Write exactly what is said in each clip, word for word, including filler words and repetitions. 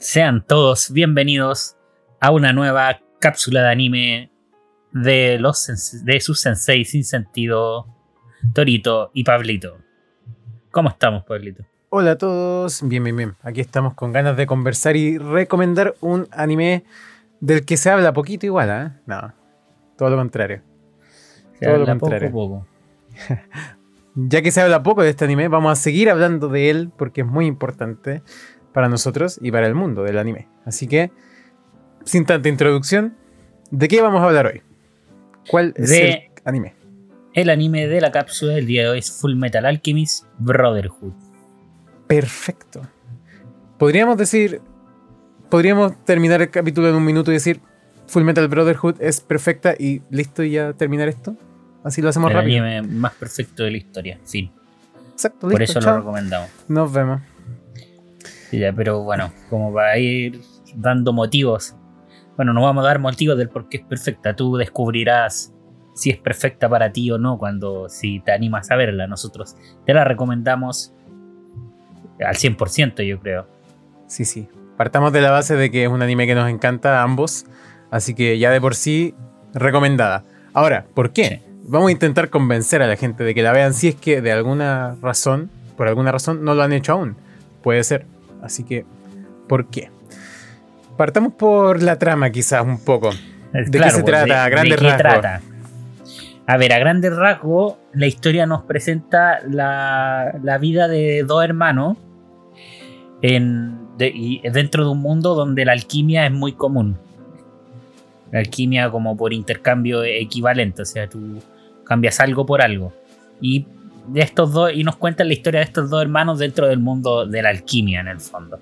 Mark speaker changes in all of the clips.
Speaker 1: Sean todos bienvenidos a una nueva cápsula de anime de, los, de sus sensei sin sentido, Torito y Pablito. ¿Cómo estamos, Pablito?
Speaker 2: Hola a todos, bien, bien, bien. Aquí estamos con ganas de conversar y recomendar un anime del que se habla poquito igual, ¿eh? No, todo lo contrario.
Speaker 1: Se
Speaker 2: todo
Speaker 1: habla
Speaker 2: lo contrario.
Speaker 1: poco, poco.
Speaker 2: Ya que se habla poco de este anime, vamos a seguir hablando de él porque es muy importante para nosotros y para el mundo del anime. Así que, sin tanta introducción, ¿de qué vamos a hablar hoy? ¿Cuál es
Speaker 1: De
Speaker 2: el anime?
Speaker 1: El anime de la cápsula del día de hoy es Full Metal Alchemist Brotherhood.
Speaker 2: Perfecto. Podríamos decir, podríamos terminar el capítulo en un minuto y decir Full Metal Brotherhood es perfecta y listo y ya terminar esto. Así lo hacemos
Speaker 1: El
Speaker 2: rápido.
Speaker 1: anime más perfecto de la historia, fin.
Speaker 2: Exacto,
Speaker 1: Por
Speaker 2: listo,
Speaker 1: eso
Speaker 2: chao.
Speaker 1: lo recomendamos.
Speaker 2: Nos vemos.
Speaker 1: Sí, ya, pero bueno, como para ir dando motivos. Bueno, no vamos a dar motivos del por qué es perfecta. Tú descubrirás si es perfecta para ti o no cuando si te animas a verla. Nosotros te la recomendamos al cien por ciento, yo creo.
Speaker 2: Sí, sí. Partamos de la base de que es un anime que nos encanta a ambos. Así que ya de por sí, recomendada. Ahora, ¿por qué?
Speaker 1: Sí.
Speaker 2: Vamos a intentar convencer a la gente de que la vean si es que de alguna razón, por alguna razón, no lo han hecho aún. Puede ser. Así que, ¿por qué? Partamos por la trama quizás un poco. ¿De
Speaker 1: Claro,
Speaker 2: qué se
Speaker 1: pues,
Speaker 2: trata?
Speaker 1: de-
Speaker 2: A grandes
Speaker 1: ¿de qué
Speaker 2: rasgos.
Speaker 1: trata? A ver, a grandes rasgos, la historia nos presenta la, la vida de dos hermanos en, de- y dentro de un mundo donde la alquimia es muy común. La alquimia como por intercambio equivalente, o sea, tú cambias algo por algo. Y de estos dos, y nos cuentan la historia de estos dos hermanos dentro del mundo de la alquimia, en el fondo.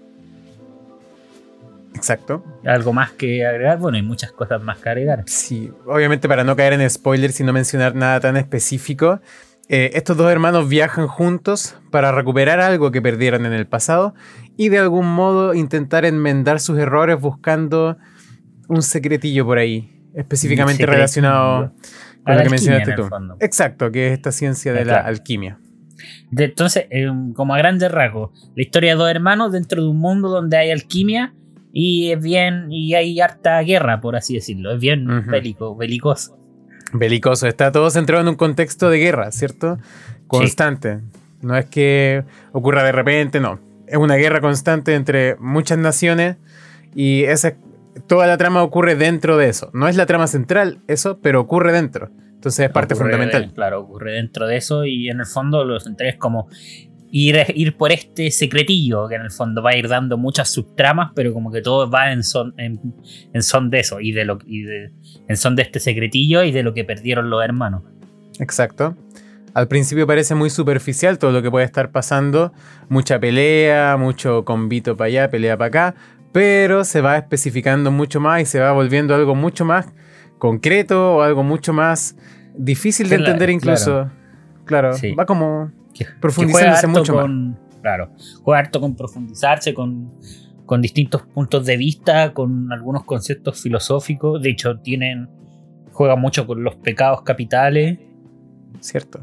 Speaker 2: Exacto.
Speaker 1: Algo más que agregar, bueno, hay muchas cosas más que agregar.
Speaker 2: Sí, obviamente para no caer en spoilers y no mencionar nada tan específico, eh, estos dos hermanos viajan juntos para recuperar algo que perdieron en el pasado y de algún modo intentar enmendar sus errores buscando un secretillo por ahí, específicamente
Speaker 1: secretillo.
Speaker 2: relacionado con
Speaker 1: A la
Speaker 2: lo que
Speaker 1: alquimia,
Speaker 2: mencionaste
Speaker 1: en el
Speaker 2: tú.
Speaker 1: fondo.
Speaker 2: Exacto, que es esta ciencia de
Speaker 1: Eh,
Speaker 2: la
Speaker 1: claro.
Speaker 2: alquimia.
Speaker 1: De- entonces, eh, como a grandes rasgos, la historia de dos hermanos dentro de un mundo donde hay alquimia y es bien, y hay harta guerra, por así decirlo. Es bien
Speaker 2: Ujú.
Speaker 1: bélico, belicoso.
Speaker 2: Belicoso, está todo centrado en un contexto de guerra, ¿cierto? Constante. No es que ocurra de repente, no. Es una guerra constante entre muchas naciones y esa, toda la trama ocurre dentro de eso. No es la trama central, eso, pero ocurre dentro. Entonces es parte
Speaker 1: Ocurre
Speaker 2: fundamental.
Speaker 1: de- claro, ocurre dentro de eso y en el fondo lo central es como ir, ir por este secretillo que en el fondo va a ir dando muchas subtramas, pero como que todo va en son, en, en son de eso y de lo y de, en son de este secretillo y de lo que perdieron los hermanos.
Speaker 2: Exacto. Al principio parece muy superficial todo lo que puede estar pasando. Mucha pelea, mucho combito para allá, pelea para acá. Pero se va especificando mucho más y se va volviendo algo mucho más concreto o algo mucho más difícil de
Speaker 1: Claro,
Speaker 2: entender incluso. Claro,
Speaker 1: Sí.
Speaker 2: va como
Speaker 1: Que,
Speaker 2: profundizándose
Speaker 1: que juega harto
Speaker 2: mucho
Speaker 1: con, Claro, juega harto con profundizarse, con, con distintos puntos de vista, con algunos conceptos filosóficos. De hecho, tienen juega mucho con los pecados capitales.
Speaker 2: Cierto.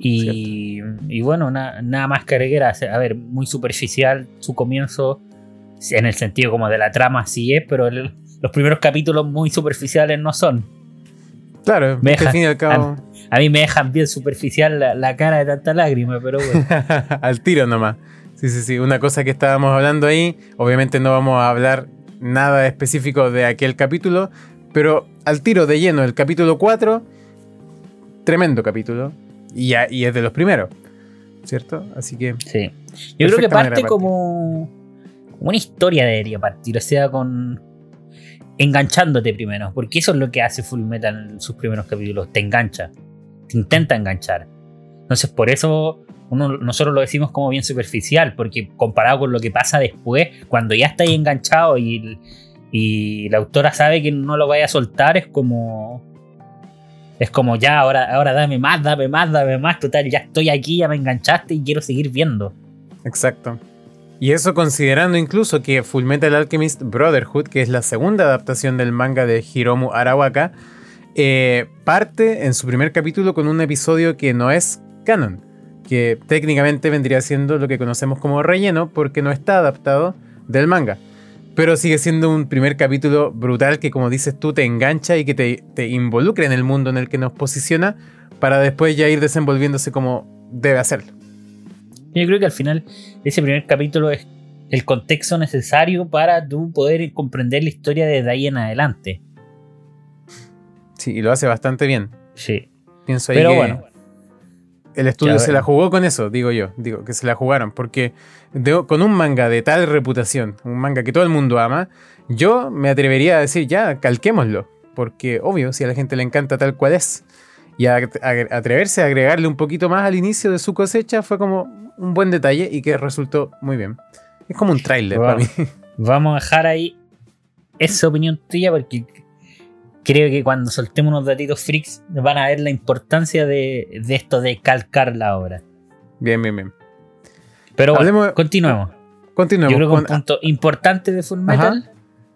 Speaker 1: Y, y bueno, na- nada más que agregar. A ver, muy superficial su comienzo, en el sentido como de la trama sí es, pero el- los primeros capítulos muy superficiales no son.
Speaker 2: Claro,
Speaker 1: Me
Speaker 2: es que
Speaker 1: deja-
Speaker 2: al fin y al cabo,
Speaker 1: A mí me dejan bien superficial la, la cara de tanta lágrima, pero bueno.
Speaker 2: al tiro nomás. Sí, sí, sí. Una cosa que estábamos hablando ahí, obviamente no vamos a hablar nada específico de aquel capítulo, pero al tiro de lleno, el capítulo cuatro, tremendo capítulo, y, ya, y es de los primeros, ¿cierto? Así que,
Speaker 1: Sí. Yo creo que
Speaker 2: Perfecta manera
Speaker 1: parte
Speaker 2: de partir.
Speaker 1: como, como una historia debería partir, o sea, con enganchándote primero, porque eso es lo que hace Full Metal en sus primeros capítulos, te engancha, te intenta enganchar. Entonces por eso uno, nosotros lo decimos como bien superficial, porque comparado con lo que pasa después, cuando ya está ahí enganchado y, y la autora sabe que no lo vaya a soltar, es como... Es como ya, ahora, ahora dame más, dame más, dame más. Total, ya estoy aquí, ya me enganchaste y quiero seguir viendo.
Speaker 2: exacto. Y eso considerando incluso que Fullmetal Alchemist Brotherhood, que es la segunda adaptación del manga de Hiromu Arawaka, eh, parte en su primer capítulo con un episodio que no es canon, que técnicamente vendría siendo lo que conocemos como relleno porque no está adaptado del manga. pero sigue siendo un primer capítulo brutal que, como dices tú, te engancha y que te, te involucra en el mundo en el que nos posiciona para después ya ir desenvolviéndose como debe hacerlo.
Speaker 1: Yo creo que al final ese primer capítulo es el contexto necesario para tú poder comprender la historia desde ahí en adelante.
Speaker 2: Sí, y lo hace bastante bien.
Speaker 1: Sí.
Speaker 2: Pienso ahí
Speaker 1: Pero
Speaker 2: que
Speaker 1: bueno,
Speaker 2: el estudio
Speaker 1: ya,
Speaker 2: se
Speaker 1: bueno.
Speaker 2: la jugó con eso, digo yo. Digo que se la jugaron. Porque de- con un manga de tal reputación, un manga que todo el mundo ama, yo me atrevería a decir, ya, calquémoslo. Porque, obvio, si a la gente le encanta tal cual es. Y a, a- atreverse a agregarle un poquito más al inicio de su cosecha fue como un buen detalle y que resultó muy bien. Es como un tráiler
Speaker 1: Wow.
Speaker 2: para mí.
Speaker 1: Vamos a dejar ahí esa opinión tuya porque creo que cuando soltemos unos datitos freaks van a ver la importancia de, de esto de calcar la obra.
Speaker 2: Bien, bien, bien.
Speaker 1: Pero bueno,
Speaker 2: Hablemos-
Speaker 1: continuemos.
Speaker 2: Continuemos
Speaker 1: Yo creo que un
Speaker 2: con...
Speaker 1: punto importante de Full Metal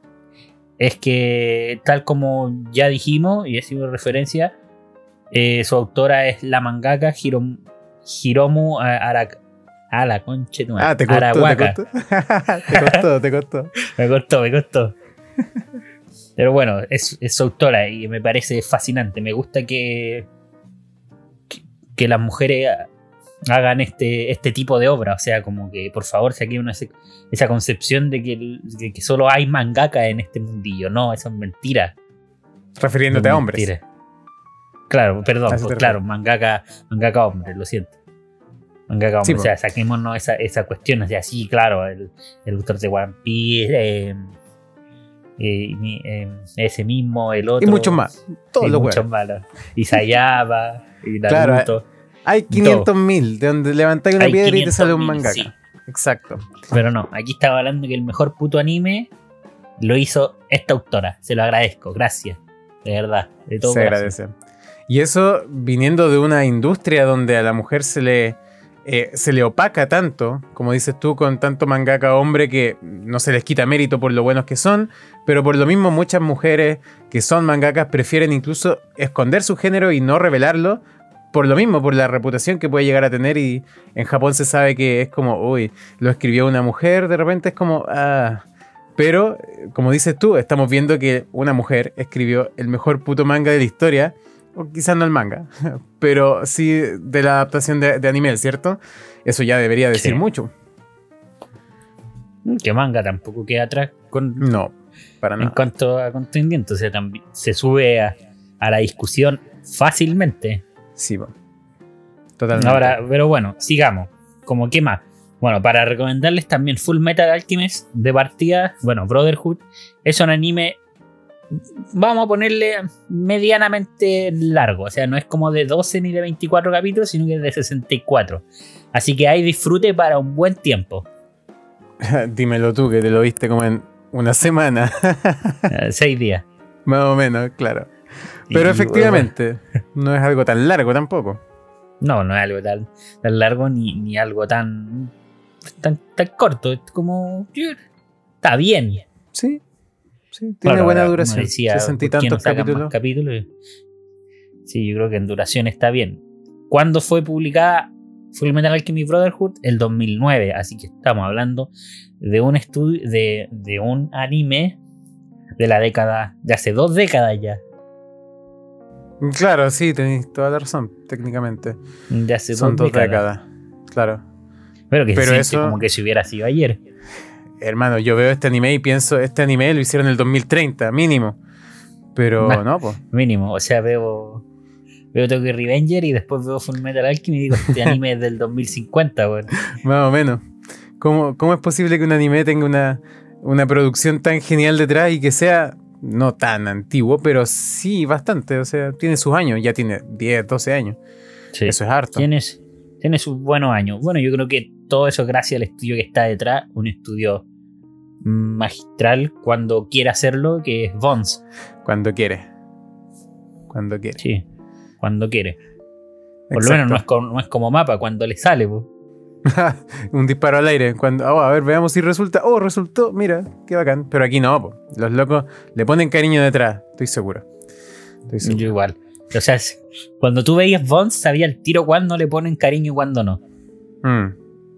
Speaker 1: es que, tal como ya dijimos y hicimos referencia, eh, su autora es la mangaka Hirom- Hiromu Araka. Ah, la concha de tu madre.
Speaker 2: Ah, te costó, te
Speaker 1: Arawaka.
Speaker 2: costó. te costó, te costó.
Speaker 1: Me costó, me costó. Pero bueno, es, es su autora y me parece fascinante. Me gusta que, que, que las mujeres hagan este, este tipo de obra. O sea, como que por favor saquen una, esa concepción de que, de que solo hay mangaka en este mundillo. No, eso es mentira.
Speaker 2: Refiriéndote
Speaker 1: No,
Speaker 2: a hombres.
Speaker 1: mentira. Claro, perdón,
Speaker 2: A eso
Speaker 1: pues,
Speaker 2: te
Speaker 1: claro, mangaka, mangaka hombre, lo siento. Mangaka hombre,
Speaker 2: Sí,
Speaker 1: o
Speaker 2: po.
Speaker 1: sea, saquémonos esa, esa cuestión. O sea, sí, claro, el, el autor de One Piece, eh, eh, mi- eh, ese mismo, el otro.
Speaker 2: Y muchos más. Todos
Speaker 1: y
Speaker 2: los
Speaker 1: muchos
Speaker 2: huevos.
Speaker 1: malos. Isayama, y
Speaker 2: Claro,
Speaker 1: Naruto.
Speaker 2: Hay quinientos mil de donde levantáis una
Speaker 1: Hay
Speaker 2: piedra y te sale un
Speaker 1: quinientos mil,
Speaker 2: mangaka. Exacto.
Speaker 1: Pero no, aquí estaba hablando que el mejor puto anime lo hizo esta autora. Se lo agradezco, gracias. De verdad, de todo
Speaker 2: Se
Speaker 1: corazón.
Speaker 2: agradece. Y eso viniendo de una industria donde a la mujer se le, eh, se le opaca tanto, como dices tú, con tanto mangaka hombre que no se les quita mérito por lo buenos que son, pero por lo mismo muchas mujeres que son mangakas prefieren incluso esconder su género y no revelarlo, por lo mismo, por la reputación que puede llegar a tener. Y en Japón se sabe que es como, uy, lo escribió una mujer, de repente es como, ah... Pero, como dices tú, estamos viendo que una mujer escribió el mejor puto manga de la historia, o quizás no el manga, pero sí de la adaptación de, de anime, ¿cierto? Eso ya debería decir
Speaker 1: Sí.
Speaker 2: mucho.
Speaker 1: Que manga tampoco queda atrás con,
Speaker 2: No, para
Speaker 1: en
Speaker 2: nada.
Speaker 1: cuanto a contendiente. O sea, también se sube a, a la discusión fácilmente.
Speaker 2: Sí, va. Totalmente.
Speaker 1: Ahora, pero bueno, sigamos. Como qué más. Bueno, para recomendarles también Full Metal Alchemist de partida. Bueno, Brotherhood es un anime, vamos a ponerle medianamente largo. O sea, no es como de doce ni de veinticuatro capítulos, sino que es de sesenta y cuatro. Así que hay disfrute para un buen tiempo.
Speaker 2: Dímelo tú, que te lo viste como en una semana.
Speaker 1: Eh, seis días.
Speaker 2: Más o menos, claro. Pero
Speaker 1: Y,
Speaker 2: efectivamente, no es algo tan largo tampoco.
Speaker 1: No, no es algo tan, tan largo ni, ni algo tan, tan tan corto. Es como... Está bien.
Speaker 2: Sí, sí, tiene
Speaker 1: Claro,
Speaker 2: buena
Speaker 1: ahora,
Speaker 2: duración.
Speaker 1: como decía,
Speaker 2: Sesenta y
Speaker 1: ¿por qué no
Speaker 2: tantos
Speaker 1: sacan
Speaker 2: capítulos.
Speaker 1: más capítulos? Sí, yo creo que en duración está bien. ¿Cuándo fue publicada Full Metal Alchemist Brotherhood? El dos mil nueve. Así que estamos hablando de un estudio, de, de un anime de la década, de hace dos décadas ya.
Speaker 2: Claro, sí, tenéis toda la razón, técnicamente.
Speaker 1: De hace
Speaker 2: Son
Speaker 1: dos
Speaker 2: dos
Speaker 1: décadas.
Speaker 2: décadas. Claro.
Speaker 1: Pero que
Speaker 2: Pero
Speaker 1: se siente
Speaker 2: eso-
Speaker 1: como que si hubiera sido ayer.
Speaker 2: Hermano, yo veo este anime y pienso, este anime lo hicieron en el dos mil treinta, mínimo. Pero
Speaker 1: Nah.
Speaker 2: no, pues.
Speaker 1: Mínimo. O sea, veo. Veo Tokyo Revenger y después veo Full Metal Alchemist y digo, este anime es del dos mil cincuenta, weón.
Speaker 2: Más o menos. ¿Cómo, cómo es posible que un anime tenga una, una producción tan genial detrás y que sea no tan antiguo, pero sí bastante? O sea, tiene sus años, ya tiene diez, doce años.
Speaker 1: Sí.
Speaker 2: Eso es harto.
Speaker 1: Tiene, tiene sus buenos años. Bueno, yo creo que todo eso gracias al estudio que está detrás, un estudio magistral cuando quiere hacerlo, que es Bones.
Speaker 2: Cuando quiere. Cuando quiere.
Speaker 1: Sí, cuando quiere. Por lo menos no es, como, no es como Mapa, cuando le sale. Po.
Speaker 2: Un disparo al aire. Cuando, oh, a ver, veamos si resulta. Oh, resultó. Mira, qué bacán. Pero aquí no, po. Los locos le ponen cariño detrás. Estoy seguro. Estoy seguro.
Speaker 1: Yo igual. O sea, cuando tú veías Bones, sabía el tiro cuándo le ponen cariño y cuándo no.
Speaker 2: Mm.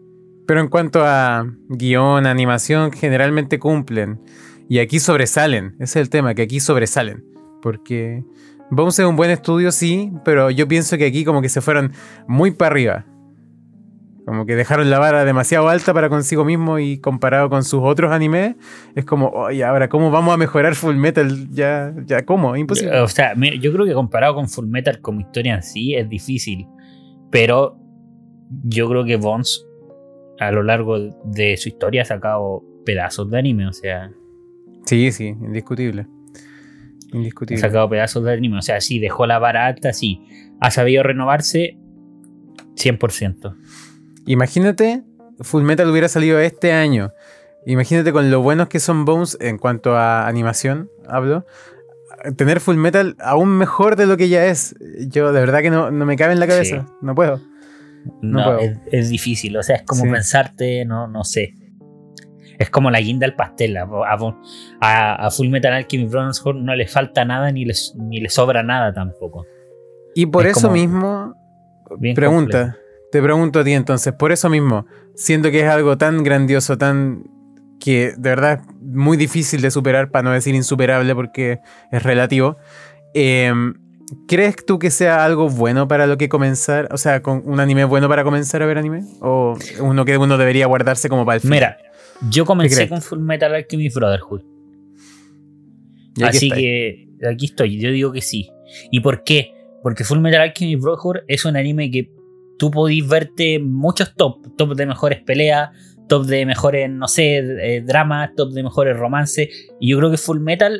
Speaker 2: Pero en cuanto a guión, animación, generalmente cumplen. Y aquí sobresalen. Ese es el tema, que aquí sobresalen. Porque Bones es un buen estudio, sí, pero yo pienso que aquí como que se fueron muy para arriba. Como que dejaron la vara demasiado alta para consigo mismo y comparado con sus otros animes, es como, oye, ahora, ¿cómo vamos a mejorar Fullmetal? Ya, ya, ¿cómo? Imposible.
Speaker 1: O sea, mira, yo creo que comparado con Fullmetal como historia en sí es difícil, pero yo creo que Bones a lo largo de su historia ha sacado pedazos de anime, o sea...
Speaker 2: Sí, sí, indiscutible. Indiscutible.
Speaker 1: Ha sacado pedazos de anime, o sea, sí, dejó la vara alta, sí. Ha sabido renovarse cien por ciento.
Speaker 2: Imagínate, Fullmetal hubiera salido este año. Imagínate con lo buenos que son Bones en cuanto a animación, hablo. Tener Fullmetal aún mejor de lo que ya es. Yo de verdad que no, no me cabe en la cabeza. Sí. No puedo.
Speaker 1: No, no puedo. Es, es difícil. O sea, es como sí. pensarte, no, no sé. Es como la guinda al pastel. A, a, a Fullmetal Alchemist Brotherhood no le falta nada ni le, ni le sobra nada tampoco.
Speaker 2: Y por es eso mismo, pregunta. Complejo. Te pregunto a ti entonces, por eso mismo, siendo que es algo tan grandioso, tan que de verdad es muy difícil de superar, para no decir insuperable porque es relativo, eh, ¿crees tú que sea algo bueno para lo que comenzar? O sea, ¿con un anime bueno para comenzar a ver anime? ¿O uno que uno debería guardarse como para el final?
Speaker 1: Mira, yo comencé con Fullmetal Alchemist Brotherhood. Así que aquí estoy, yo digo que sí. ¿Y por qué? Porque Fullmetal Alchemist Brotherhood es un anime que tú podís verte muchos top, top de mejores peleas, top de mejores, no sé, eh, dramas, top de mejores romances. Y yo creo que Fullmetal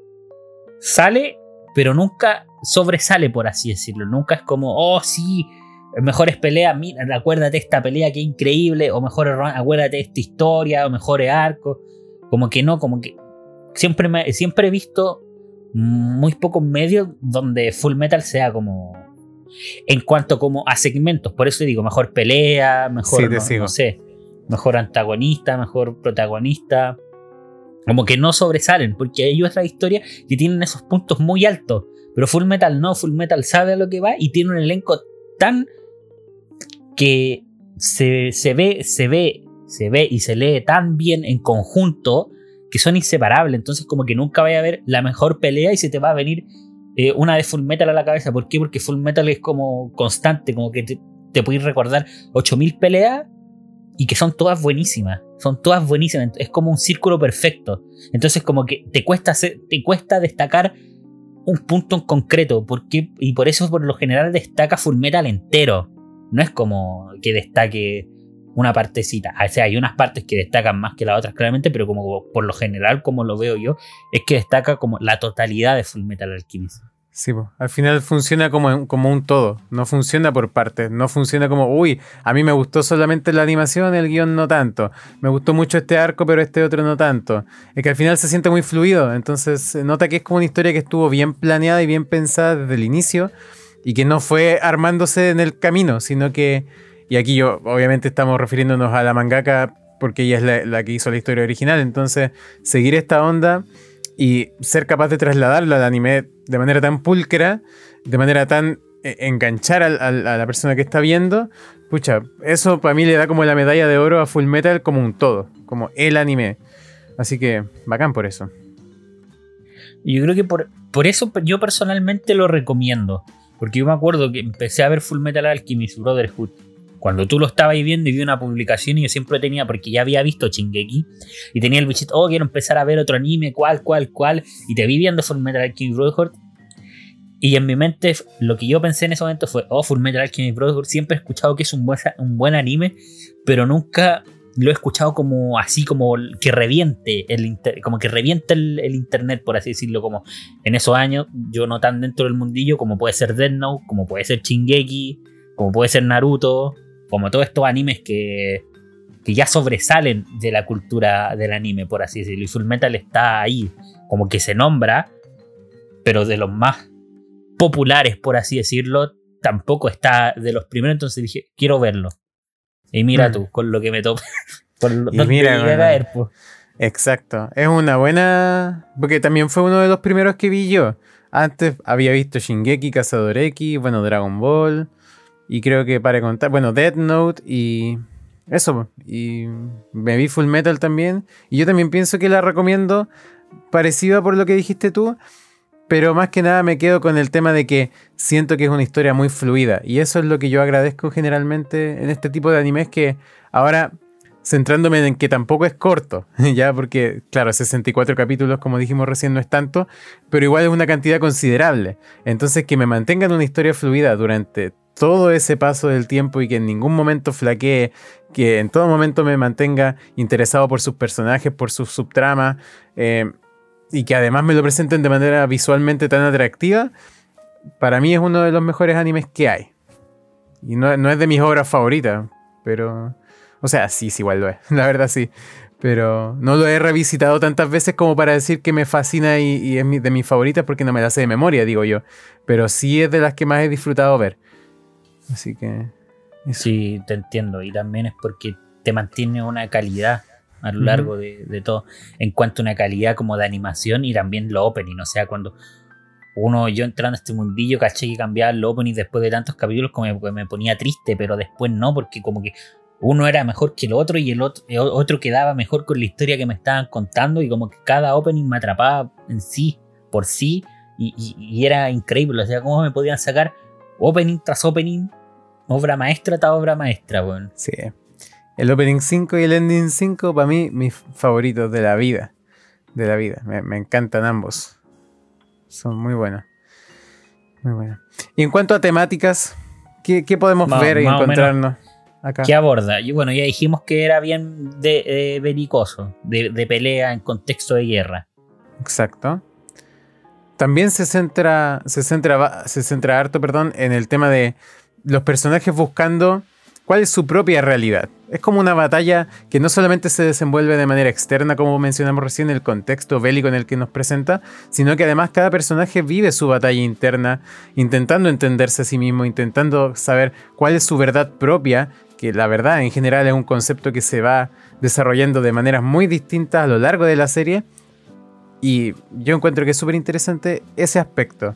Speaker 1: sale, pero nunca sobresale, por así decirlo. Nunca es como, oh sí, mejores peleas, mira, acuérdate de esta pelea que increíble, o mejores romances, acuérdate de esta historia, o mejores arcos. Como que no, como que siempre, me, siempre he visto muy pocos medios donde Fullmetal sea como... En cuanto como a segmentos, por eso digo, mejor pelea, mejor, sí, no, no sé, mejor antagonista, mejor protagonista. Como que no sobresalen, porque hay otras historias que tienen esos puntos muy altos. Pero Fullmetal no, Fullmetal sabe a lo que va y tiene un elenco tan que se, se ve, se ve, se ve y se lee tan bien en conjunto que son inseparables. Entonces como que nunca vaya a haber la mejor pelea y se te va a venir Eh, una de Fullmetal a la cabeza. ¿Por qué? Porque Fullmetal es como constante, como que te, te puedes recordar ocho mil peleas y que son todas buenísimas, son todas buenísimas, es como un círculo perfecto. Entonces como que te cuesta, hacer, te cuesta destacar un punto en concreto. ¿Por qué? Y por eso por lo general destaca Fullmetal entero, no es como que destaque una partecita. O sea, hay unas partes que destacan más que las otras claramente, pero como por lo general, como lo veo yo, es que destaca como la totalidad de Fullmetal Alchemist.
Speaker 2: Sí, pues, al final funciona como, como un todo, no funciona por partes, no funciona como, uy, a mí me gustó solamente la animación, el guión no tanto, me gustó mucho este arco, pero este otro no tanto. Es que al final se siente muy fluido, entonces se nota que es como una historia que estuvo bien planeada y bien pensada desde el inicio y que no fue armándose en el camino, sino que, y aquí yo obviamente estamos refiriéndonos a la mangaka porque ella es la, la que hizo la historia original, entonces seguir esta onda y ser capaz de trasladarlo al anime de manera tan pulcra, de manera tan eh, enganchar al, al, a la persona que está viendo, pucha, eso para mí le da como la medalla de oro a Fullmetal como un todo, como el anime. Así que bacán por eso.
Speaker 1: Yo creo que por, por eso yo personalmente lo recomiendo, porque yo me acuerdo que empecé a ver Fullmetal Alchemist Brotherhood cuando tú lo estabas viendo y vi una publicación y yo siempre tenía, porque ya había visto Shingeki y tenía el bichito, oh, quiero empezar a ver otro anime, cuál, cuál, cuál, y te vi viendo Fullmetal Alchemist Brotherhood y en mi mente lo que yo pensé en ese momento fue, oh, Fullmetal Alchemist Brotherhood, siempre he escuchado que es un buen, un buen anime, pero nunca lo he escuchado como así, como que reviente el inter, como que reviente el, el internet, por así decirlo, como en esos años, yo no tan dentro del mundillo, como puede ser Death Note, como puede ser Shingeki, como puede ser Naruto, como todos estos animes que, que ya sobresalen de la cultura del anime, por así decirlo. Y Fullmetal está ahí, como que se nombra, pero de los más populares, por así decirlo, tampoco está de los primeros. Entonces dije, quiero verlo. Y mira mm. tú, con lo que me toca.
Speaker 2: Y mira, bueno, a caer, pues. Exacto. Es una buena... Porque también fue uno de los primeros que vi yo. Antes había visto Shingeki, Cazador X, bueno, Dragon Ball... Y creo que para contar, bueno, Death Note y, eso, y me vi Full Metal también, y yo también pienso que la recomiendo, parecida por lo que dijiste tú, pero más que nada me quedo con el tema de que siento que es una historia muy fluida, y eso es lo que yo agradezco generalmente en este tipo de animes, que ahora, centrándome en que tampoco es corto, ya porque, claro, sesenta y cuatro capítulos, como dijimos recién, no es tanto, pero igual es una cantidad considerable, entonces que me mantengan una historia fluida durante todo ese paso del tiempo y que en ningún momento flaquee, que en todo momento me mantenga interesado por sus personajes, por sus subtramas, eh, y que además me lo presenten de manera visualmente tan atractiva, para mí es uno de los mejores animes que hay. Y no, no es de mis obras favoritas, pero... O sea, sí, sí, igual lo es, la verdad sí. Pero no lo he revisitado tantas veces como para decir que me fascina y, y es mi, de mis favoritas, porque no me la sé de memoria, digo yo. Pero sí es de las que más he disfrutado ver. Así que...
Speaker 1: Eso. Sí, te entiendo. Y también es porque te mantiene una calidad a lo largo uh-huh. de, de todo. En cuanto a una calidad como de animación y también lo opening. O sea, cuando uno, yo entrando a este mundillo, caché que cambiaba el opening después de tantos capítulos, como me, me ponía triste, pero después no, porque como que uno era mejor que el otro y el otro, el otro quedaba mejor con la historia que me estaban contando, y como que cada opening me atrapaba en sí, por sí, y, y, y era increíble. O sea, cómo me podían sacar opening tras opening, obra maestra tras obra maestra, weón. Bueno.
Speaker 2: Sí. El opening cinco y el ending cinco, para mí, mis favoritos de la vida. De la vida. Me, me encantan ambos. Son muy buenos. Muy buenos. Y en cuanto a temáticas, ¿qué, qué podemos más, ver y encontrarnos acá?
Speaker 1: ¿Qué aborda? Y bueno, ya dijimos que era bien de, eh, belicoso, de, de pelea en contexto de guerra.
Speaker 2: Exacto. También se centra, se centra, se centra harto, perdón, en el tema de los personajes buscando cuál es su propia realidad. Es como una batalla que no solamente se desenvuelve de manera externa, como mencionamos recién, el contexto bélico en el que nos presenta, sino que además cada personaje vive su batalla interna, intentando entenderse a sí mismo, intentando saber cuál es su verdad propia, que la verdad en general es un concepto que se va desarrollando de maneras muy distintas a lo largo de la serie, y yo encuentro que es súper interesante ese aspecto.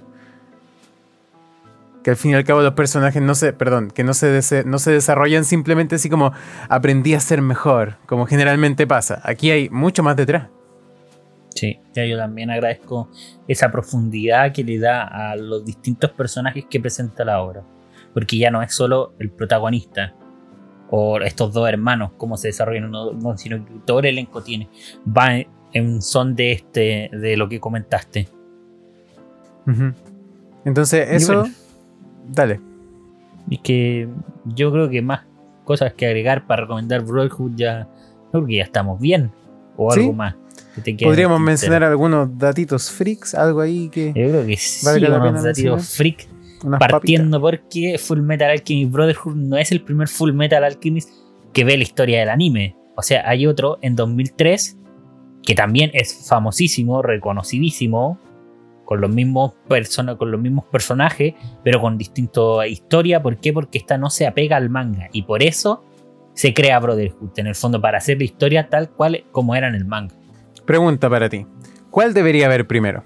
Speaker 2: Que al fin y al cabo los personajes no se, perdón, que no se, des- no se desarrollan simplemente así como aprendí a ser mejor, como generalmente pasa. Aquí hay mucho más detrás.
Speaker 1: Sí, ya yo también agradezco esa profundidad que le da a los distintos personajes que presenta la obra. Porque ya no es solo el protagonista o estos dos hermanos, cómo se desarrollan, no, no, sino que todo el elenco tiene, va en, en son de, este, de lo que comentaste.
Speaker 2: Uh-huh. Entonces eso... Bueno. Dale.
Speaker 1: Y que yo creo que más cosas que agregar para recomendar Brotherhood ya, creo que ya estamos bien. O
Speaker 2: ¿Sí?
Speaker 1: algo más.
Speaker 2: Que te Podríamos mencionar algunos datitos freaks, algo ahí que...
Speaker 1: Yo creo que sí, unos datitos freaks. Partiendo papitas. Porque Full Metal Alchemist Brotherhood no es el primer Full Metal Alchemist que ve la historia del anime. O sea, hay otro en dos mil tres que también es famosísimo, reconocidísimo, con los mismos persona, con los mismos personajes, pero con distinta historia. ¿Por qué? Porque esta no se apega al manga, y por eso se crea Brotherhood, en el fondo, para hacer la historia tal cual como era en el manga.
Speaker 2: Pregunta para ti: ¿cuál debería haber primero?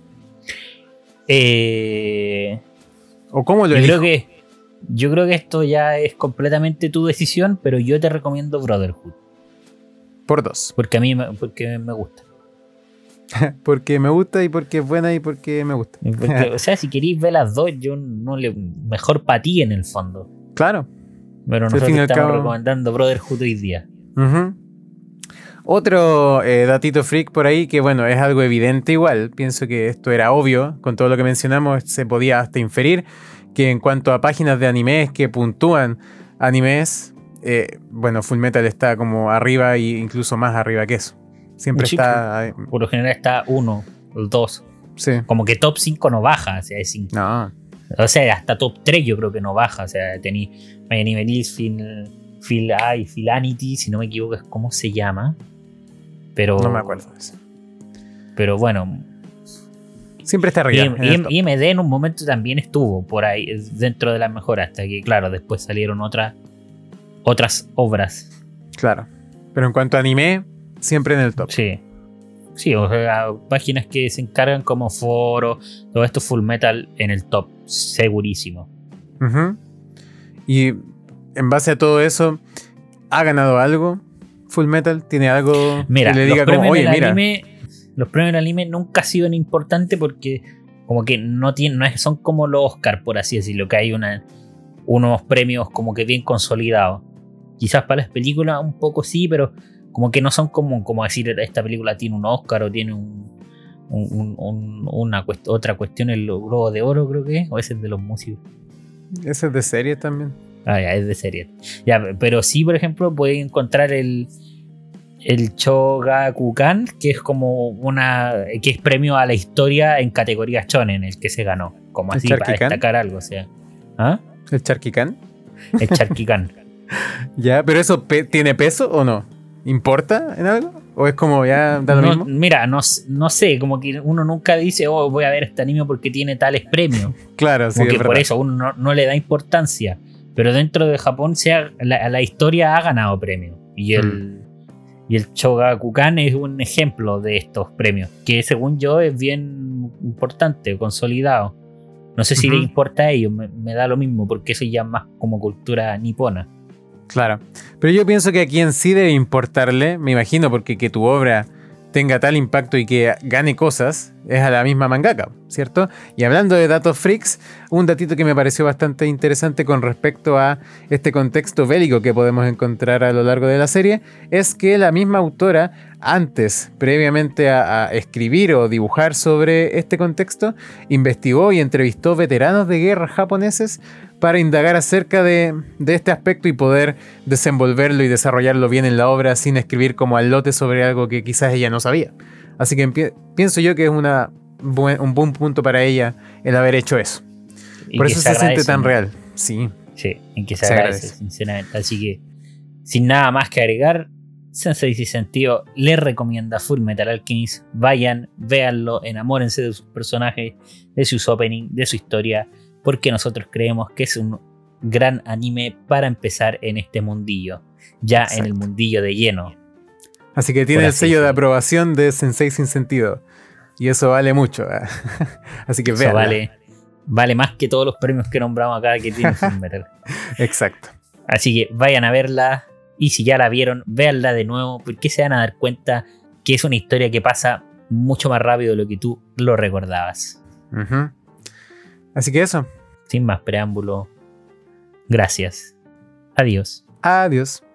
Speaker 1: Eh,
Speaker 2: ¿O cómo lo
Speaker 1: yo
Speaker 2: elijo?
Speaker 1: creo que Yo creo que esto ya es completamente tu decisión, pero yo te recomiendo Brotherhood.
Speaker 2: Por dos.
Speaker 1: Porque a mí me, porque me gusta.
Speaker 2: Porque me gusta y porque es buena y porque me gusta.
Speaker 1: Porque, o sea, si queréis ver las dos, yo no le mejor para ti en el fondo.
Speaker 2: Claro.
Speaker 1: Pero nosotros
Speaker 2: fin
Speaker 1: estamos
Speaker 2: cabo...
Speaker 1: recomendando Brotherhood hoy día.
Speaker 2: Uh-huh. Otro eh, datito freak por ahí que, bueno, es algo evidente igual. Pienso que esto era obvio. Con todo lo que mencionamos se podía hasta inferir que en cuanto a páginas de animes que puntúan animes, eh, bueno, Fullmetal está como arriba e incluso más arriba que eso. Siempre sí, está...
Speaker 1: Por lo general está uno o dos.
Speaker 2: Sí.
Speaker 1: Como que top cinco no baja. O sea, es cinco.
Speaker 2: No.
Speaker 1: O sea, hasta top tres yo creo que no baja. O sea, tení My Anime List, Phil, Phil I, Philanity, si no me equivoco es cómo se llama. Pero...
Speaker 2: No me acuerdo de eso.
Speaker 1: Pero bueno...
Speaker 2: Siempre está arriba.
Speaker 1: Y, y M D en un momento también estuvo por ahí, dentro de las mejores, hasta que, claro, después salieron otras otras obras.
Speaker 2: Claro. Pero en cuanto a anime... Siempre en el top.
Speaker 1: Sí. Sí, o sea, páginas que se encargan como foro, todo esto Full Metal en el top, segurísimo.
Speaker 2: Uh-huh. Y en base a todo eso, ¿Ha ganado algo Full Metal? ¿Tiene algo
Speaker 1: mira,
Speaker 2: que le diga como, oye, mira?
Speaker 1: Anime, los premios del anime nunca han sido importantes porque como que no tienen, no es, son como los Oscar, por así decirlo, que hay una, unos premios como que bien consolidados. Quizás para las películas un poco sí, pero como que no son como, como decir esta película tiene un Oscar o tiene un, un, un, un una cuest- otra cuestión, el Globo de Oro creo que es, o ese es de los músicos.
Speaker 2: Ese es de serie también.
Speaker 1: Ah, ya, es de serie. Ya, pero sí, por ejemplo, puedes encontrar el el Shogakukan, que es como una que es premio a la historia en categoría shonen, el que se ganó, como así para destacar algo, o sea. ¿Ah?
Speaker 2: ¿El Charquican?
Speaker 1: El Charquican.
Speaker 2: Ya, pero eso pe- tiene peso o no? ¿Importa en algo? ¿O es como ya da lo
Speaker 1: no,
Speaker 2: mismo?
Speaker 1: Mira, no, no sé, como que uno nunca dice, oh, voy a ver este anime porque tiene tales premios.
Speaker 2: Claro, sí.
Speaker 1: Como que
Speaker 2: es
Speaker 1: por
Speaker 2: verdad.
Speaker 1: eso uno no, no le da importancia. Pero dentro de Japón se ha- la, la historia ha ganado premios. Y el, mm. y el Shogakukan es un ejemplo de estos premios. Que según yo es bien importante, consolidado. No sé si uh-huh. les importa a ellos, me, me da lo mismo, porque eso ya es más como cultura nipona.
Speaker 2: Claro, pero yo pienso que a quien sí debe importarle, me imagino, porque que tu obra tenga tal impacto y que gane cosas, es a la misma mangaka, ¿cierto? Y hablando de datos freaks, un datito que me pareció bastante interesante con respecto a este contexto bélico que podemos encontrar a lo largo de la serie, es que la misma autora, antes, previamente a, a escribir o dibujar sobre este contexto, investigó y entrevistó veteranos de guerra japoneses para indagar acerca de, de este aspecto y poder desenvolverlo y desarrollarlo bien en la obra sin escribir como al lote sobre algo que quizás ella no sabía. Así que pi- pienso yo que es una buen, un buen punto para ella el haber hecho eso. Y por eso se, se siente tan, ¿no?, real. Sí.
Speaker 1: Sí, en que se, se agradece, agradece, sinceramente. Así que, sin nada más que agregar, Sensei Sin Sentido le recomienda Full Metal Alchemist. Vayan, véanlo, enamórense de sus personajes, de sus openings, de su historia, porque nosotros creemos que es un gran anime para empezar en este mundillo, ya Exacto. en el mundillo de lleno.
Speaker 2: Así que tiene el sello decirlo. de aprobación de Sensei Sin Sentido, y eso vale mucho. Así que vean.
Speaker 1: Vale, vale más que todos los premios que nombramos acá que tiene Full Metal.
Speaker 2: Exacto.
Speaker 1: Así que vayan a verla, y si ya la vieron, véanla de nuevo, porque se van a dar cuenta que es una historia que pasa mucho más rápido de lo que tú lo recordabas.
Speaker 2: Uh-huh. Así que eso.
Speaker 1: Sin más preámbulo, gracias. Adiós.
Speaker 2: Adiós.